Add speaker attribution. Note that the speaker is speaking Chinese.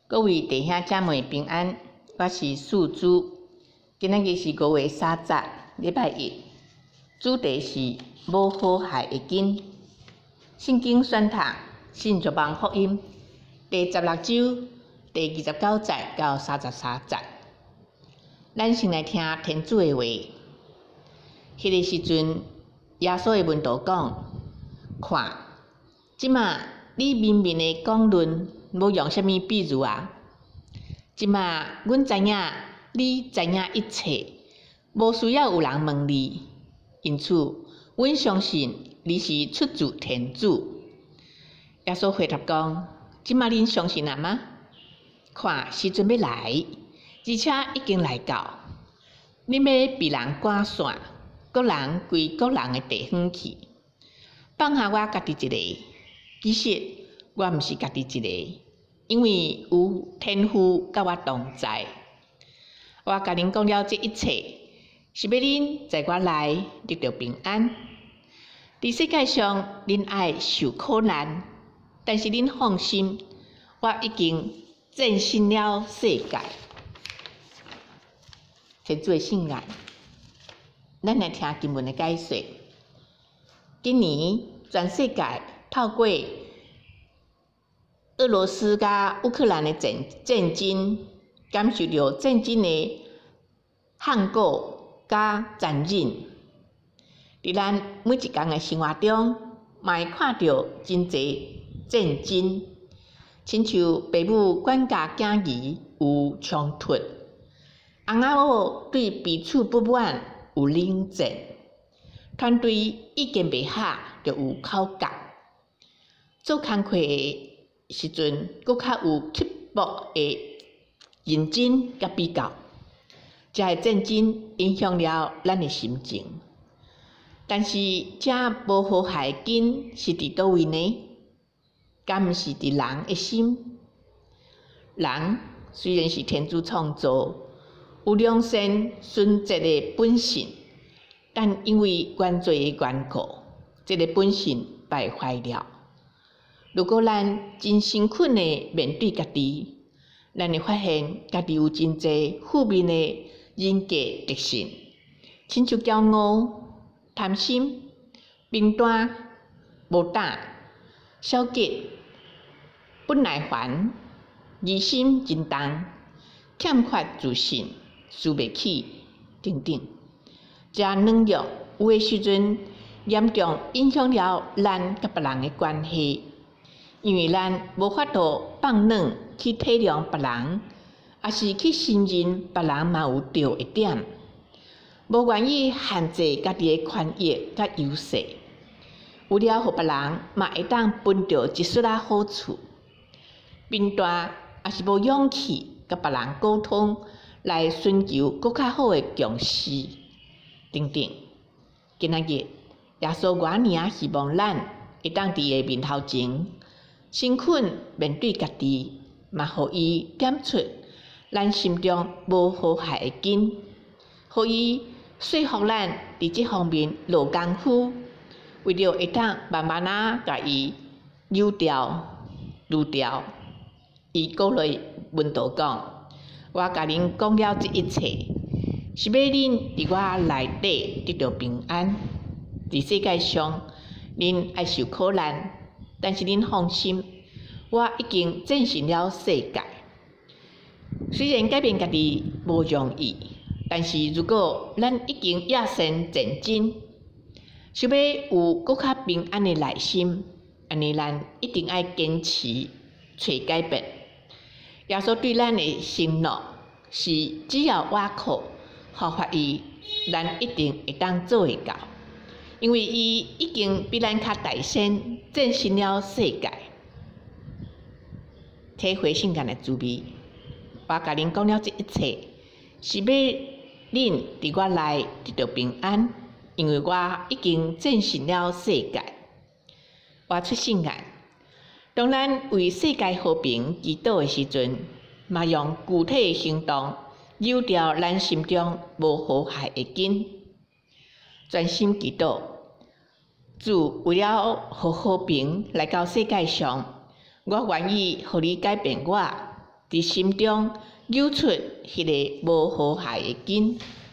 Speaker 1: 各位弟兄姐妹平安，我是素珠。今仔日是5月30，礼拜一，主题是无好害的根。圣经选读信若望福音第16章第29节到33节。咱先来听天主的话。迄个时阵，耶稣的门徒讲：看，即马你明明的讲论，无用什么比喻啊！即马阮知影，你知影一切，无需要有人问你，因此，阮相信你是出自天主。耶稣回答讲：即马恁相信啊吗？看，时阵要来，而且已经来到，恁要被人赶散，各人归各人的地方去，放下我家己一个。其实我毋是家己一个，因为有天父甲我同在。我甲恁讲了这一切，是要恁在我内得到平安。伫世界上，恁爱受苦难，但是恁放心，我已经战胜了世界。天主的圣言，咱来听经文的解说。今年全世界透过俄罗斯甲乌克兰的战争，感受到战争的限果甲残忍。伫咱每一天的生活中，嘛会看到真侪战争，亲像父母管教囝儿有冲突，翁仔某对彼此不满有冷战，团队意见袂合就有口角，做工课的时阵，搁较有刻薄的认真甲比较，这个战争影响了咱的心情。但是，这无好害的根是伫倒位呢？敢毋是伫人的心？人虽然是天主创造，有良善纯洁的本性，但因为原罪的缘故，这个本性败坏了。如果咱真诚恳的面对家己，咱会发现家己有真侪负面的人格特性，亲像骄傲、贪心、评断、无胆、消极、不耐烦、疑心真重、欠缺自信、输袂起等等。这软弱有的时阵严重影响了咱甲别人的关系。因为咱无法度放软去体谅别人，也是去信任别人嘛有对的点，无愿意限制家己的权益甲优势，为了互别人嘛会当分到一丝仔好处，评断也是无勇气甲别人沟通来寻求更较好的共识等等。今仔日耶稣我尔希望咱会当伫伊面头前，诚恳面对家己，嘛，互伊点出咱心中无好害的根，互伊说服咱伫这方面落功夫，为了会当慢慢甲伊扭掉、愈掉。伊鼓励门徒讲：我甲恁讲了这一切，是要恁伫我内底得到平安。伫世界上，恁爱受苦难，但是恁放心，我已经战胜了世界。虽然改变家己无容易，但是如果咱已经野心战争，想要有更较平安的内心，安尼咱一定要坚持找改变。耶稣对咱的承诺是，只要我靠好发伊，咱一定会当做会到。因为伊已经比咱较大先战胜了世界，体会圣诞的滋味。我甲恁讲了这一切，是要恁伫我内得到平安，因为我已经战胜了世界。我出圣言，当咱为世界和平祈祷的时阵，嘛用具体的行动扭掉咱心中无好害的根，专心祈祷。主为了互和平来到世界上，我愿意互你改变我，伫伫心中揪出迄个无和谐的根。